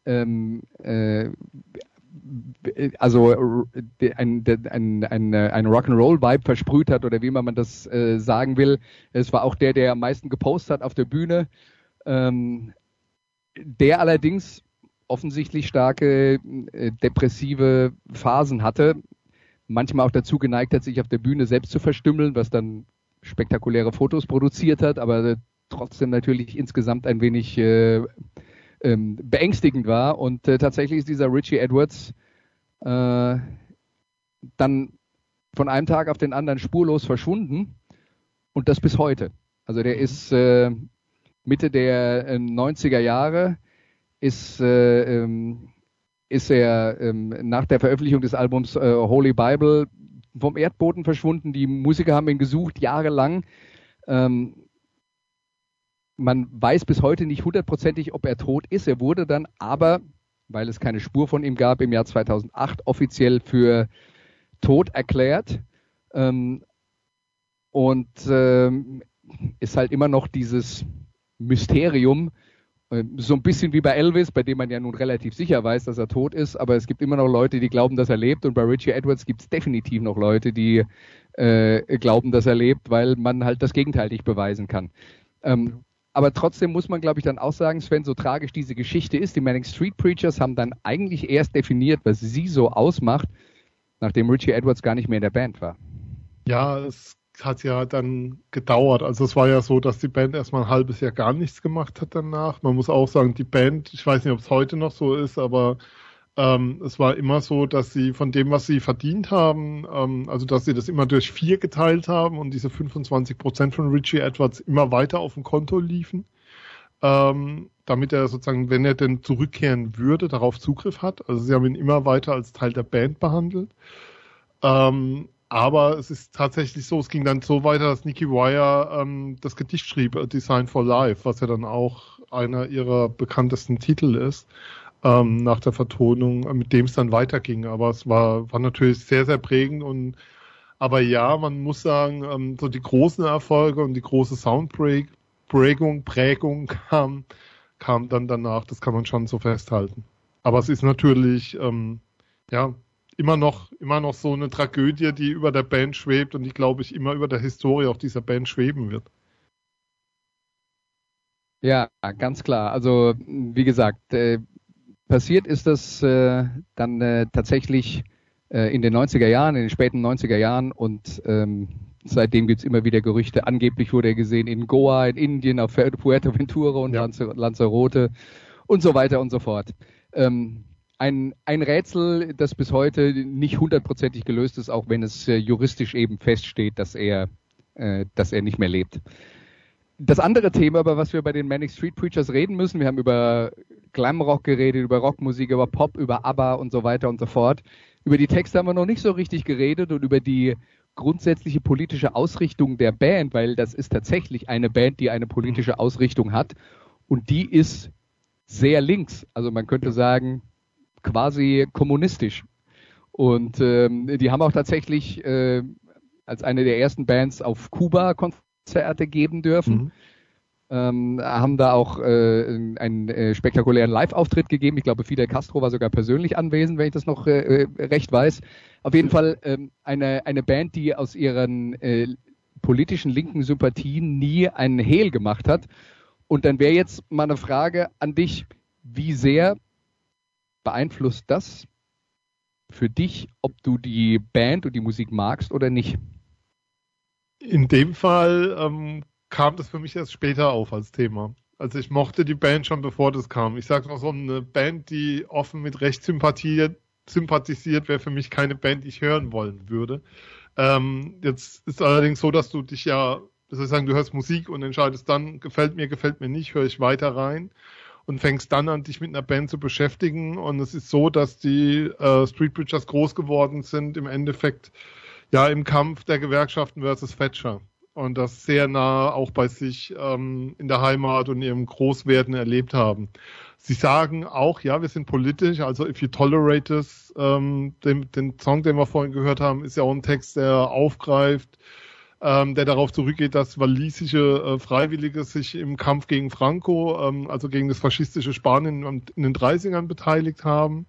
Speaker 3: also ein Rock'n'Roll-Vibe versprüht hat oder wie man das sagen will. Es war auch der am meisten gepostet hat auf der Bühne, der allerdings offensichtlich starke depressive Phasen hatte, manchmal auch dazu geneigt hat, sich auf der Bühne selbst zu verstümmeln, was dann spektakuläre Fotos produziert hat, aber trotzdem natürlich insgesamt ein wenig beängstigend war. Und tatsächlich ist dieser Richie Edwards dann von einem Tag auf den anderen spurlos verschwunden und das bis heute. Also der ist Mitte der 90er Jahre ist er nach der Veröffentlichung des Albums Holy Bible vom Erdboden verschwunden. Die Musiker haben ihn gesucht, jahrelang. Man weiß bis heute nicht hundertprozentig, ob er tot ist. Er wurde dann aber, weil es keine Spur von ihm gab, im Jahr 2008 offiziell für tot erklärt. Ist halt immer noch dieses Mysterium, so ein bisschen wie bei Elvis, bei dem man ja nun relativ sicher weiß, dass er tot ist, aber es gibt immer noch Leute, die glauben, dass er lebt, und bei Richie Edwards gibt es definitiv noch Leute, die glauben, dass er lebt, weil man halt das Gegenteil nicht beweisen kann. Aber trotzdem muss man, glaube ich, dann auch sagen, Sven, so tragisch diese Geschichte ist, die Manic Street Preachers haben dann eigentlich erst definiert, was sie so ausmacht, nachdem Richie Edwards gar nicht mehr in der Band war.
Speaker 4: Ja, es hat ja dann gedauert. Also es war ja so, dass die Band erstmal ein halbes Jahr gar nichts gemacht hat danach. Man muss auch sagen, die Band, ich weiß nicht, ob es heute noch so ist, aber es war immer so, dass sie von dem, was sie verdient haben, also dass sie das immer durch 4 geteilt haben und diese 25% von Richie Edwards immer weiter auf dem Konto liefen, damit er sozusagen, wenn er denn zurückkehren würde, darauf Zugriff hat. Also sie haben ihn immer weiter als Teil der Band behandelt. Aber es ist tatsächlich so, es ging dann so weiter, dass Nicky Wire das Gedicht schrieb, A Design for Life, was ja dann auch einer ihrer bekanntesten Titel ist, nach der Vertonung, mit dem es dann weiterging. Aber es war natürlich sehr, sehr prägend. Aber ja, man muss sagen, so die großen Erfolge und die große Soundprägung kam dann danach, das kann man schon so festhalten. Aber es ist natürlich, immer noch so eine Tragödie, die über der Band schwebt und die, glaube ich, immer über der Historie auch dieser Band schweben wird.
Speaker 3: Ja, ganz klar. Also, wie gesagt, passiert ist das dann tatsächlich in den 90er Jahren, in den späten 90er Jahren, und seitdem gibt's immer wieder Gerüchte. Angeblich wurde er gesehen in Goa, in Indien, auf Fuerteventura und Lanzarote und so weiter und so fort. Ein Rätsel, das bis heute nicht hundertprozentig gelöst ist, auch wenn es juristisch eben feststeht, dass er nicht mehr lebt. Das andere Thema, über was wir bei den Manic Street Preachers reden müssen, wir haben über Glamrock geredet, über Rockmusik, über Pop, über ABBA und so weiter und so fort. Über die Texte haben wir noch nicht so richtig geredet und über die grundsätzliche politische Ausrichtung der Band, weil das ist tatsächlich eine Band, die eine politische Ausrichtung hat und die ist sehr links. Also man könnte sagen, quasi kommunistisch. Und die haben auch tatsächlich als eine der ersten Bands auf Kuba Konzerte geben dürfen. Haben da auch einen spektakulären Live-Auftritt gegeben. Ich glaube, Fidel Castro war sogar persönlich anwesend, wenn ich das noch recht weiß. Auf jeden Fall eine Band, die aus ihren politischen linken Sympathien nie einen Hehl gemacht hat. Und dann wäre jetzt mal eine Frage an dich, wie sehr beeinflusst das für dich, ob du die Band und die Musik magst oder nicht?
Speaker 4: In dem Fall kam das für mich erst später auf als Thema. Also ich mochte die Band schon bevor das kam. Ich sage mal so, eine Band, die offen mit Recht sympathisiert, wäre für mich keine Band, die ich hören wollen würde. Jetzt ist allerdings so, dass du dich ja, das heißt, du hörst Musik und entscheidest dann, gefällt mir nicht, höre ich weiter rein und fängst dann an, dich mit einer Band zu beschäftigen. Und es ist so, dass die Street Preachers groß geworden sind, im Endeffekt ja im Kampf der Gewerkschaften versus Thatcher. Und das sehr nah auch bei sich in der Heimat und ihrem Großwerden erlebt haben. Sie sagen auch, ja, wir sind politisch, also If You Tolerate Us, den Song, den wir vorhin gehört haben, ist ja auch ein Text, der aufgreift, der darauf zurückgeht, dass walisische Freiwillige sich im Kampf gegen Franco, also gegen das faschistische Spanien in den 30ern beteiligt haben.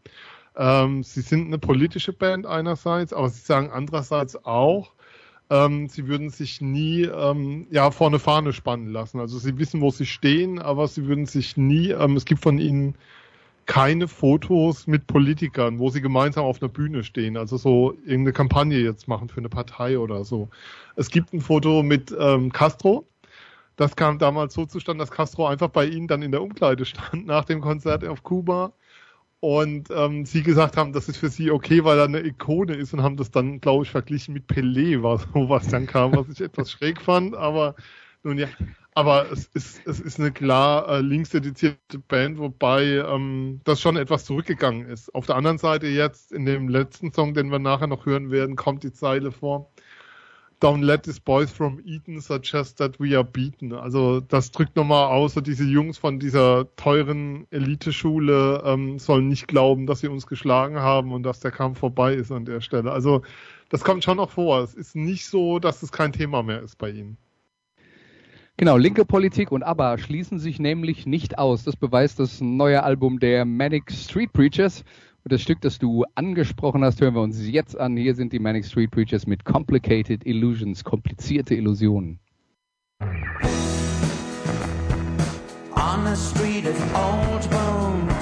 Speaker 4: Sie sind eine politische Band einerseits, aber sie sagen andererseits auch, sie würden sich nie vor eine Fahne spannen lassen. Also sie wissen, wo sie stehen, aber sie würden sich nie, es gibt von ihnen keine Fotos mit Politikern, wo sie gemeinsam auf einer Bühne stehen, also so irgendeine Kampagne jetzt machen für eine Partei oder so. Es gibt ein Foto mit Castro. Das kam damals so zustande, dass Castro einfach bei ihnen dann in der Umkleide stand nach dem Konzert auf Kuba. Und sie gesagt haben, das ist für sie okay, weil er eine Ikone ist und haben das dann, glaube ich, verglichen mit Pelé, was dann kam, was ich etwas schräg fand. Aber nun ja, aber es ist eine klar linksdedizierte Band, wobei das schon etwas zurückgegangen ist. Auf der anderen Seite jetzt in dem letzten Song, den wir nachher noch hören werden, kommt die Zeile vor: Don't let these boys from Eton suggest that we are beaten. Also das drückt nochmal aus, so diese Jungs von dieser teuren Eliteschule sollen nicht glauben, dass sie uns geschlagen haben und dass der Kampf vorbei ist an der Stelle. Also das kommt schon noch vor. Es ist nicht so, dass es kein Thema mehr ist bei ihnen.
Speaker 3: Genau, linke Politik und ABBA schließen sich nämlich nicht aus. Das beweist das neue Album der Manic Street Preachers. Und das Stück, das du angesprochen hast, hören wir uns jetzt an. Hier sind die Manic Street Preachers mit Complicated Illusions, komplizierte Illusionen.
Speaker 1: On a street of old bones,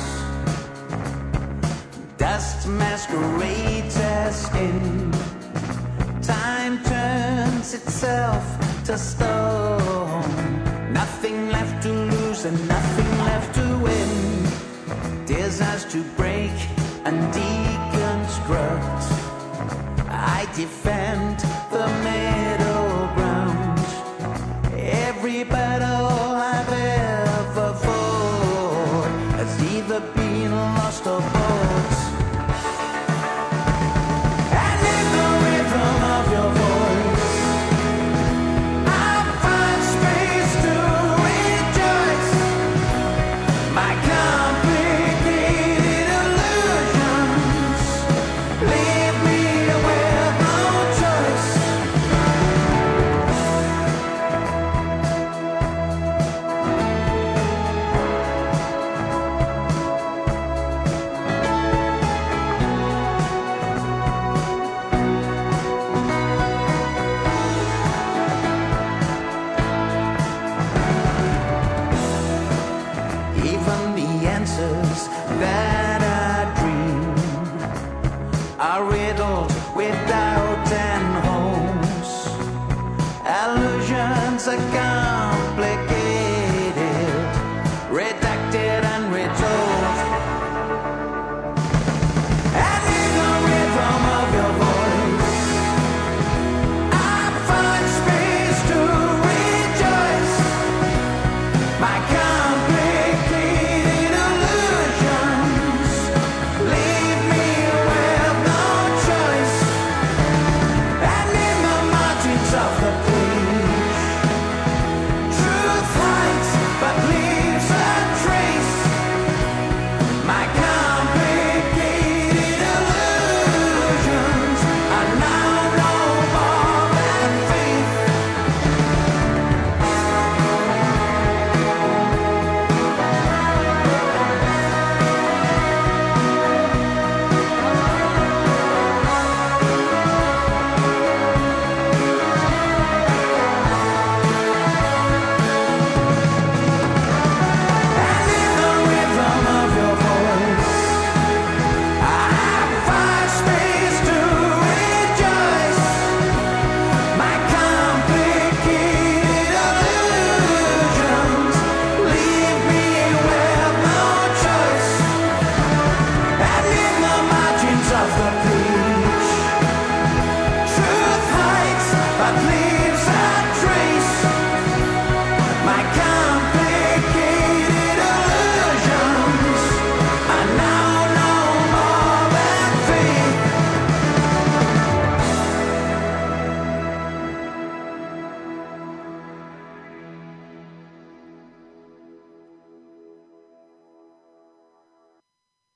Speaker 1: dust masquerades as skin. Time turns itself to stone. Nothing left to lose and nothing left to win. Desires to break and deconstruct. I defend the middle ground. Every battle I've ever fought has either been lost or bought. And in the rhythm of your voice, I find space to rejoice. My complicated illusions leave me with no choice. Even the answers that I dream are riddled with doubt and hopes. Illusions are complicated, redacted and retold. And in the rhythm of your voice, I find space to rejoice. My complicated illusions leave me with no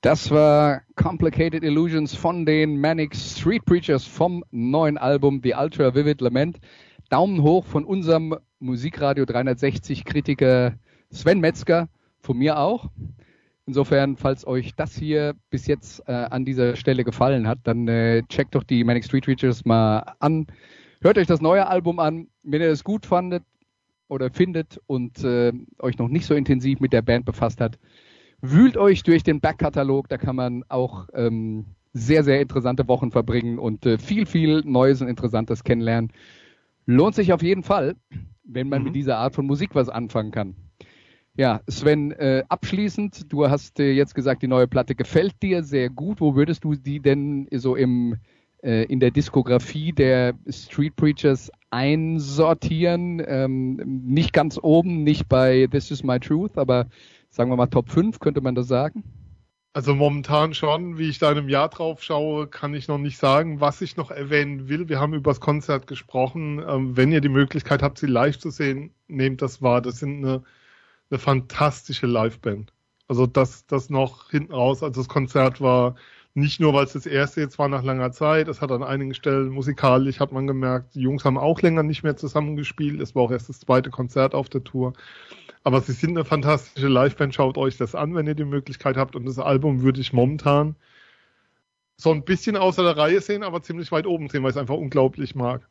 Speaker 3: Das war Complicated Illusions von den Manic Street Preachers vom neuen Album The Ultra Vivid Lament. Daumen hoch von unserem Musikradio 360 Kritiker Sven Metzger, von mir auch. Insofern, falls euch das hier bis jetzt an dieser Stelle gefallen hat, dann checkt doch die Manic Street Preachers mal an. Hört euch das neue Album an. Wenn ihr das gut fandet oder findet und euch noch nicht so intensiv mit der Band befasst hat, wühlt euch durch den Backkatalog. Da kann man auch sehr, sehr interessante Wochen verbringen und viel, viel Neues und Interessantes kennenlernen. Lohnt sich auf jeden Fall, wenn man mit dieser Art von Musik was anfangen kann. Ja, Sven, abschließend, du hast jetzt gesagt, die neue Platte gefällt dir sehr gut. Wo würdest du die denn so in der Diskografie der Street Preachers einsortieren? Nicht ganz oben, nicht bei This Is My Truth, aber sagen wir mal Top 5, könnte man das sagen?
Speaker 4: Also momentan schon, wie ich da in einem Jahr drauf schaue, kann ich noch nicht sagen, was ich noch erwähnen will. Wir haben über das Konzert gesprochen. Wenn ihr die Möglichkeit habt, sie live zu sehen, nehmt das wahr. Das sind eine fantastische Liveband. Also das noch hinten raus. Also das Konzert war nicht nur, weil es das erste jetzt war nach langer Zeit. Es hat an einigen Stellen musikalisch, hat man gemerkt, die Jungs haben auch länger nicht mehr zusammengespielt. Es war auch erst das zweite Konzert auf der Tour. Aber sie sind eine fantastische Liveband. Schaut euch das an, wenn ihr die Möglichkeit habt. Und das Album würde ich momentan so ein bisschen außer der Reihe sehen, aber ziemlich weit oben sehen, weil ich es einfach unglaublich mag.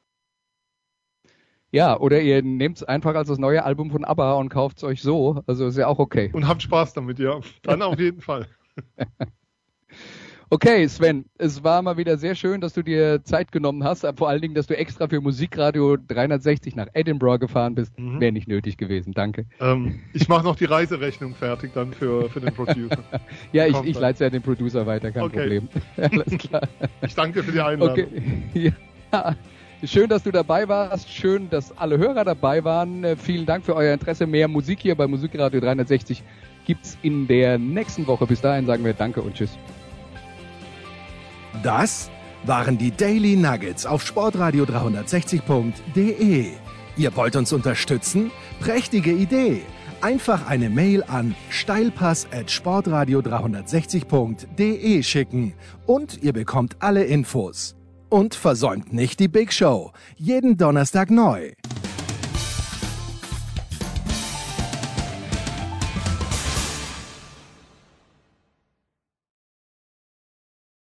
Speaker 3: Ja, oder ihr nehmt es einfach als das neue Album von ABBA und kauft es euch so. Also ist ja auch okay.
Speaker 4: Und habt Spaß damit, ja. Dann auf jeden Fall.
Speaker 3: Okay, Sven, es war mal wieder sehr schön, dass du dir Zeit genommen hast. Vor allen Dingen, dass du extra für Musikradio 360 nach Edinburgh gefahren bist. Wäre nicht nötig gewesen, danke.
Speaker 4: Ich mache noch die Reiserechnung fertig dann für den Producer.
Speaker 3: Ja, ich leite es ja den Producer weiter, kein Problem. Alles klar.
Speaker 4: Ich danke für die Einladung.
Speaker 3: Okay. Ja. Schön, dass du dabei warst. Schön, dass alle Hörer dabei waren. Vielen Dank für euer Interesse. Mehr Musik hier bei Musikradio 360 gibt's in der nächsten Woche. Bis dahin sagen wir Danke und Tschüss.
Speaker 2: Das waren die Daily Nuggets auf sportradio360.de. Ihr wollt uns unterstützen? Prächtige Idee! Einfach eine Mail an steilpass@sportradio360.de schicken und ihr bekommt alle Infos. Und versäumt nicht die Big Show. Jeden Donnerstag neu.